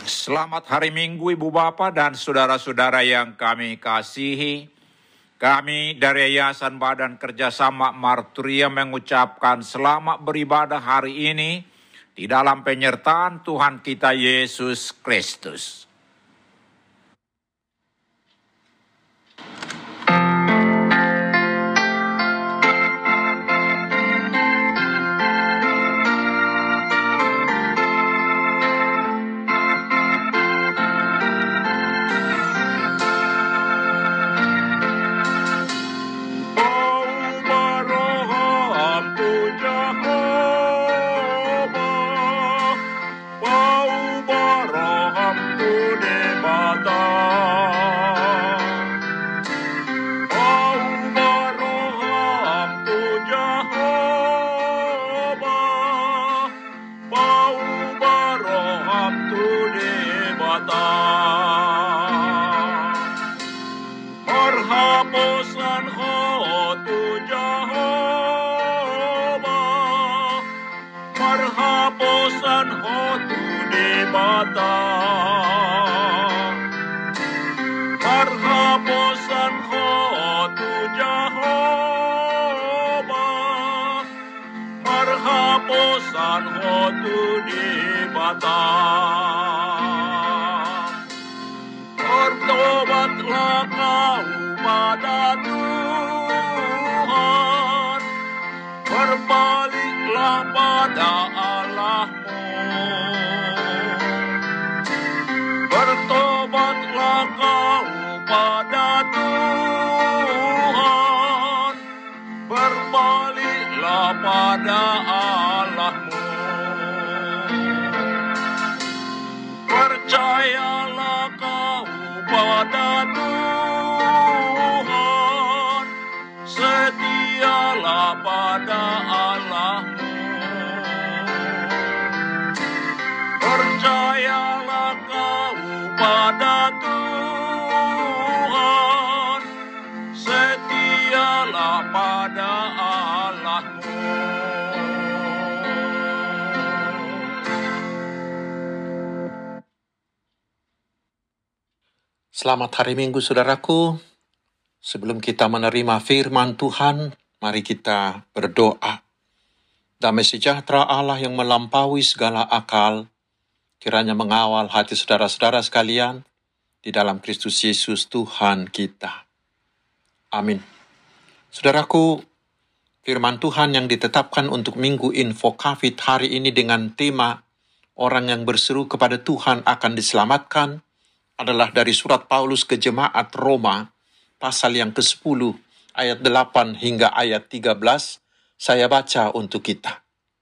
Selamat hari Minggu Ibu Bapak dan saudara-saudara yang kami kasihi. Kami dari Yayasan Badan Kerjasama Marturia mengucapkan selamat beribadah hari ini di dalam penyertaan Tuhan kita Yesus Kristus. Bertobatlah kau pada Tuhan, berbaliklah pada Allahmu. Bertobatlah kau pada Tuhan, berbaliklah pada Allahmu. Percayalah kau pada Tuhan, setialah pada Allahmu. Percayalah kau pada Tuhan, setialah pada Allahmu. Selamat hari Minggu, saudaraku. Sebelum kita menerima firman Tuhan, mari kita berdoa. Damai sejahtera Allah yang melampaui segala akal, kiranya mengawal hati saudara-saudara sekalian di dalam Kristus Yesus Tuhan kita. Amin. Saudaraku, firman Tuhan yang ditetapkan untuk Minggu Info Covid hari ini dengan tema orang yang berseru kepada Tuhan akan diselamatkan adalah dari surat Paulus ke jemaat Roma, pasal yang ke-10, ayat 8 hingga ayat 13, saya baca untuk kita.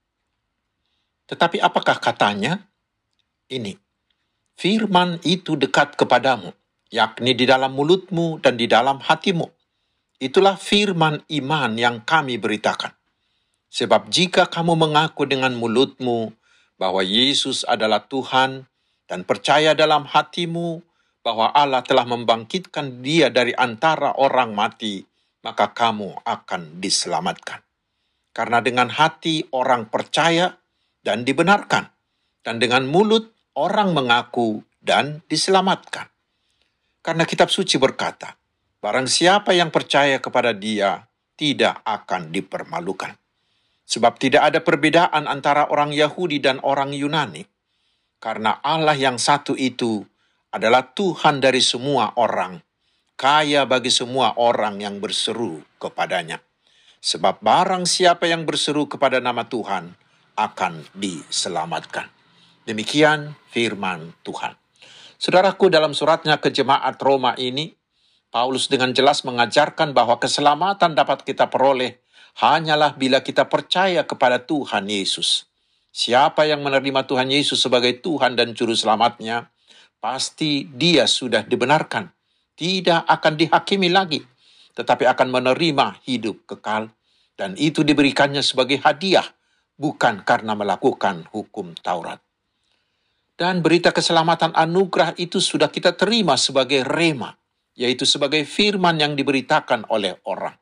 Tetapi apakah katanya? Ini, firman itu dekat kepadamu, yakni di dalam mulutmu dan di dalam hatimu. Itulah firman iman yang kami beritakan. Sebab jika kamu mengaku dengan mulutmu bahwa Yesus adalah Tuhan, dan percaya dalam hatimu bahwa Allah telah membangkitkan Dia dari antara orang mati, maka kamu akan diselamatkan. Karena dengan hati orang percaya dan dibenarkan, dan dengan mulut orang mengaku dan diselamatkan. Karena kitab suci berkata, barang siapa yang percaya kepada Dia tidak akan dipermalukan. Sebab tidak ada perbedaan antara orang Yahudi dan orang Yunani. Karena Allah yang satu itu adalah Tuhan dari semua orang, kaya bagi semua orang yang berseru kepadanya. Sebab barang siapa yang berseru kepada nama Tuhan akan diselamatkan. Demikian firman Tuhan. Saudaraku, dalam suratnya ke jemaat Roma ini, Paulus dengan jelas mengajarkan bahwa keselamatan dapat kita peroleh hanyalah bila kita percaya kepada Tuhan Yesus. Siapa yang menerima Tuhan Yesus sebagai Tuhan dan Juru Selamatnya, pasti dia sudah dibenarkan. Tidak akan dihakimi lagi, tetapi akan menerima hidup kekal. Dan itu diberikannya sebagai hadiah, bukan karena melakukan hukum Taurat. Dan berita keselamatan anugerah itu sudah kita terima sebagai rema, yaitu sebagai firman yang diberitakan oleh orang.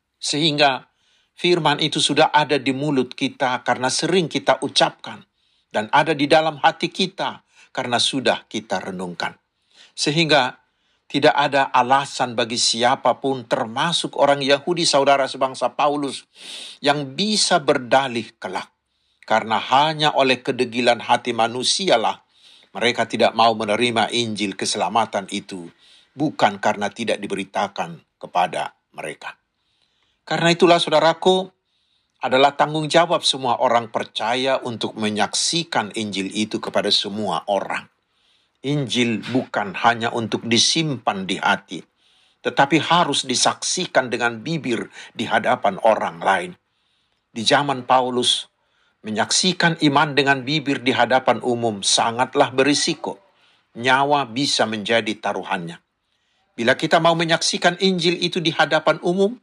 Sehingga firman itu sudah ada di mulut kita karena sering kita ucapkan dan ada di dalam hati kita karena sudah kita renungkan. Sehingga tidak ada alasan bagi siapapun, termasuk orang Yahudi saudara sebangsa Paulus, yang bisa berdalih kelak. Karena hanya oleh kedegilan hati manusialah mereka tidak mau menerima Injil keselamatan itu, bukan karena tidak diberitakan kepada mereka. Karena itulah saudaraku, adalah tanggung jawab semua orang percaya untuk menyaksikan Injil itu kepada semua orang. Injil bukan hanya untuk disimpan di hati, tetapi harus disaksikan dengan bibir di hadapan orang lain. Di zaman Paulus, menyaksikan iman dengan bibir di hadapan umum sangatlah berisiko. Nyawa bisa menjadi taruhannya. Bila kita mau menyaksikan Injil itu di hadapan umum,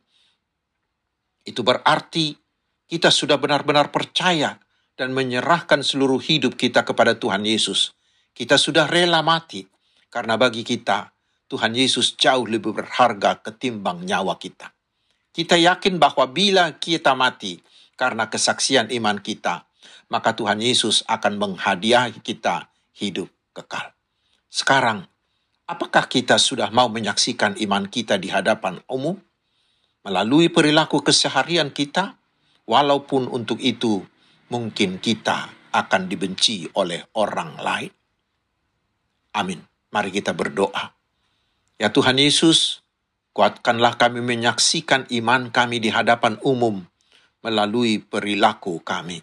itu berarti kita sudah benar-benar percaya dan menyerahkan seluruh hidup kita kepada Tuhan Yesus. Kita sudah rela mati, karena bagi kita, Tuhan Yesus jauh lebih berharga ketimbang nyawa kita. Kita yakin bahwa bila kita mati karena kesaksian iman kita, maka Tuhan Yesus akan menghadiahi kita hidup kekal. Sekarang, apakah kita sudah mau menyaksikan iman kita di hadapan umum? Melalui perilaku keseharian kita, walaupun untuk itu mungkin kita akan dibenci oleh orang lain. Amin. Mari kita berdoa. Ya Tuhan Yesus, kuatkanlah kami menyaksikan iman kami di hadapan umum melalui perilaku kami.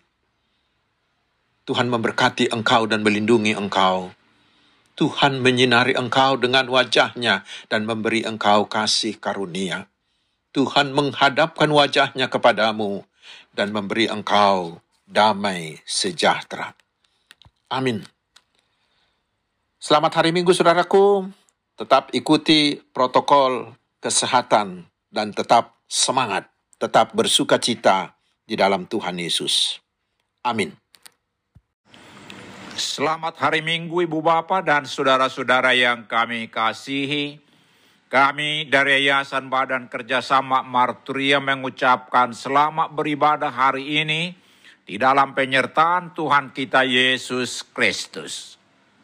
Tuhan memberkati Engkau dan melindungi Engkau. Tuhan menyinari Engkau dengan wajah-Nya dan memberi Engkau kasih karunia. Tuhan menghadapkan wajah-Nya kepadamu dan memberi Engkau damai sejahtera. Amin. Selamat hari Minggu saudaraku. Tetap ikuti protokol kesehatan dan tetap semangat, tetap bersukacita di dalam Tuhan Yesus. Amin. Selamat hari Minggu Ibu Bapak dan saudara-saudara yang kami kasihi. Kami dari Yayasan Badan Kerjasama Marturia mengucapkan selamat beribadah hari ini di dalam penyertaan Tuhan kita Yesus Kristus.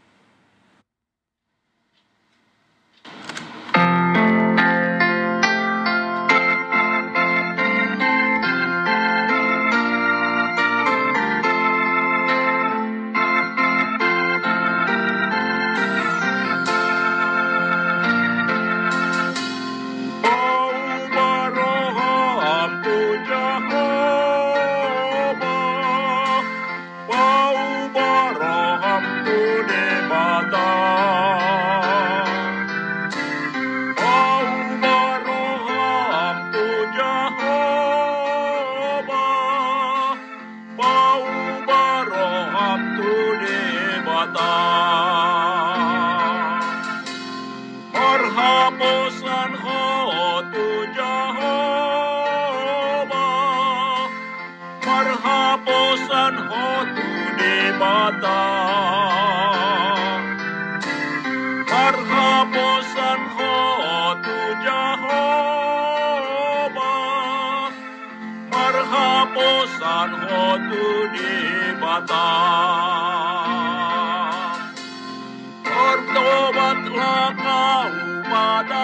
Bertobatlah kau pada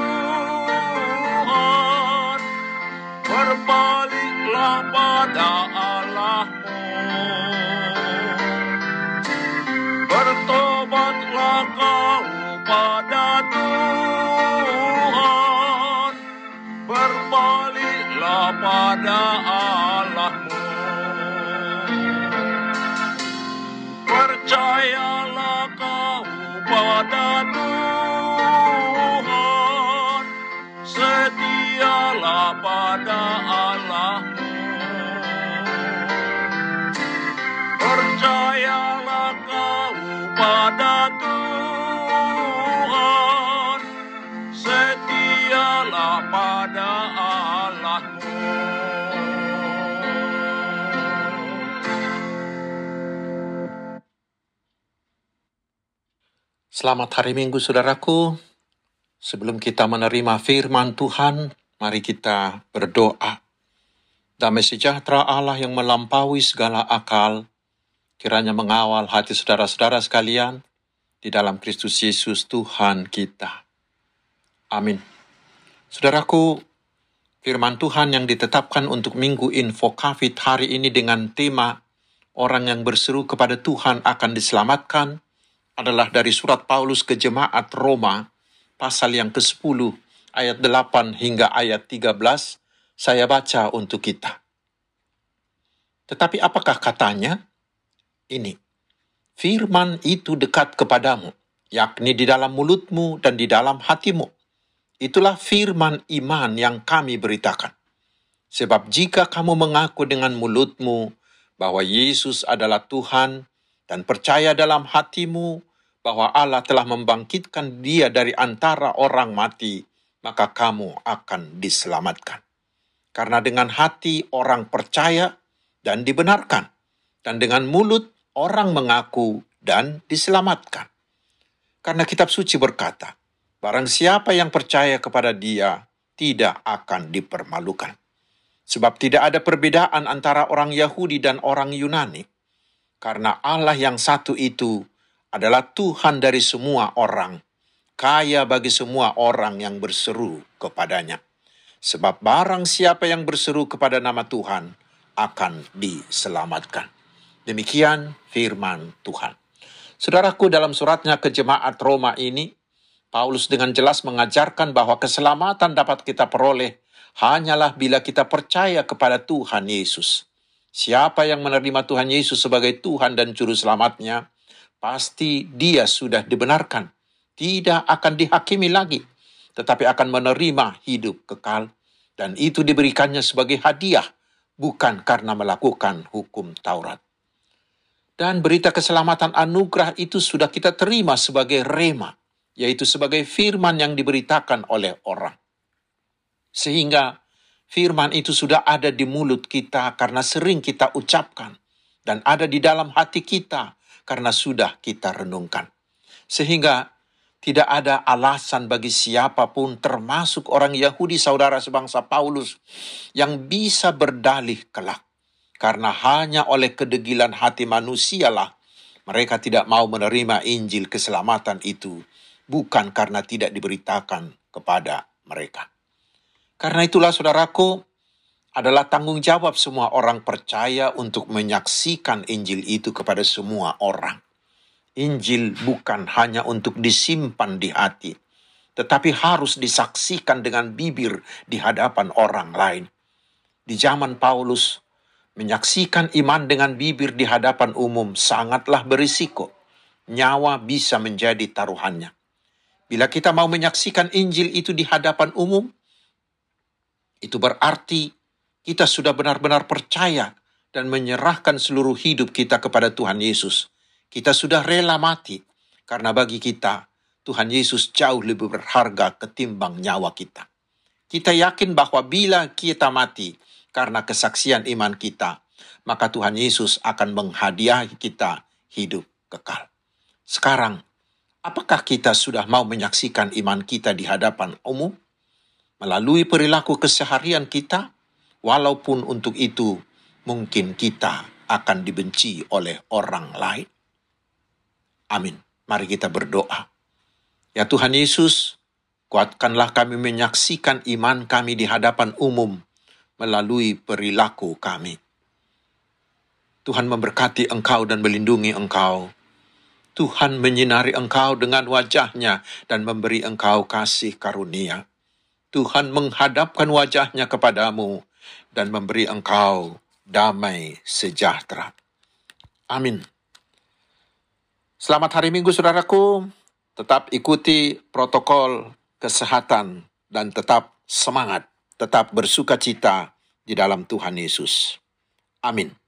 Tuhan, berbaliklah pada Allahmu. Bertobatlah kau pada Tuhan, berbaliklah pada Allahmu. Percayalah kau pada Tuhan, setialah pada Allahmu. Percayalah kau pada Tuhan, setialah pada Allahmu. Selamat hari Minggu saudaraku. Sebelum kita menerima firman Tuhan, mari kita berdoa. Damai sejahtera Allah yang melampaui segala akal, kiranya mengawal hati saudara-saudara sekalian di dalam Kristus Yesus Tuhan kita. Amin. Saudaraku, firman Tuhan yang ditetapkan untuk Minggu Info Covid hari ini dengan tema orang yang berseru kepada Tuhan akan diselamatkan adalah dari surat Paulus ke jemaat Roma, pasal yang ke-10, ayat 8 hingga ayat 13, saya baca untuk kita. Tetapi apakah katanya? Ini, firman itu dekat kepadamu, yakni di dalam mulutmu dan di dalam hatimu. Itulah firman iman yang kami beritakan. Sebab jika kamu mengaku dengan mulutmu bahwa Yesus adalah Tuhan dan percaya dalam hatimu bahwa Allah telah membangkitkan Dia dari antara orang mati, maka kamu akan diselamatkan. Karena dengan hati orang percaya dan dibenarkan, dan dengan mulut orang mengaku dan diselamatkan. Karena kitab suci berkata, barang siapa yang percaya kepada Dia tidak akan dipermalukan. Sebab tidak ada perbedaan antara orang Yahudi dan orang Yunani. Karena Allah yang satu itu adalah Tuhan dari semua orang, kaya bagi semua orang yang berseru kepadanya. Sebab barang siapa yang berseru kepada nama Tuhan akan diselamatkan. Demikian firman Tuhan. Saudaraku, dalam suratnya ke jemaat Roma ini, Paulus dengan jelas mengajarkan bahwa keselamatan dapat kita peroleh hanyalah bila kita percaya kepada Tuhan Yesus. Siapa yang menerima Tuhan Yesus sebagai Tuhan dan Juru Selamatnya, pasti dia sudah dibenarkan. Tidak akan dihakimi lagi, tetapi akan menerima hidup kekal. Dan itu diberikannya sebagai hadiah, bukan karena melakukan hukum Taurat. Dan berita keselamatan anugerah itu sudah kita terima sebagai rema, yaitu sebagai firman yang diberitakan oleh orang. Sehingga firman itu sudah ada di mulut kita karena sering kita ucapkan, dan ada di dalam hati kita karena sudah kita renungkan. Sehingga tidak ada alasan bagi siapapun, termasuk orang Yahudi saudara sebangsa Paulus, yang bisa berdalih kelak. Karena hanya oleh kedegilan hati manusialah mereka tidak mau menerima Injil keselamatan itu, bukan karena tidak diberitakan kepada mereka. Karena itulah saudaraku, adalah tanggung jawab semua orang percaya untuk menyaksikan Injil itu kepada semua orang. Injil bukan hanya untuk disimpan di hati, tetapi harus disaksikan dengan bibir di hadapan orang lain. Di zaman Paulus, menyaksikan iman dengan bibir di hadapan umum sangatlah berisiko. Nyawa bisa menjadi taruhannya. Bila kita mau menyaksikan Injil itu di hadapan umum, itu berarti kita sudah benar-benar percaya dan menyerahkan seluruh hidup kita kepada Tuhan Yesus. Kita sudah rela mati, karena bagi kita, Tuhan Yesus jauh lebih berharga ketimbang nyawa kita. Kita yakin bahwa bila kita mati karena kesaksian iman kita, maka Tuhan Yesus akan menghadiahi kita hidup kekal. Sekarang, apakah kita sudah mau menyaksikan iman kita di hadapan umum? Melalui perilaku keseharian kita, walaupun untuk itu mungkin kita akan dibenci oleh orang lain. Amin. Mari kita berdoa. Ya Tuhan Yesus, kuatkanlah kami menyaksikan iman kami di hadapan umum melalui perilaku kami. Tuhan memberkati Engkau dan melindungi Engkau. Tuhan menyinari Engkau dengan wajah-Nya dan memberi Engkau kasih karunia. Tuhan menghadapkan wajah-Nya kepadamu dan memberi Engkau damai sejahtera. Amin. Selamat hari Minggu saudaraku. Tetap ikuti protokol kesehatan dan tetap semangat. Tetap bersuka cita di dalam Tuhan Yesus. Amin.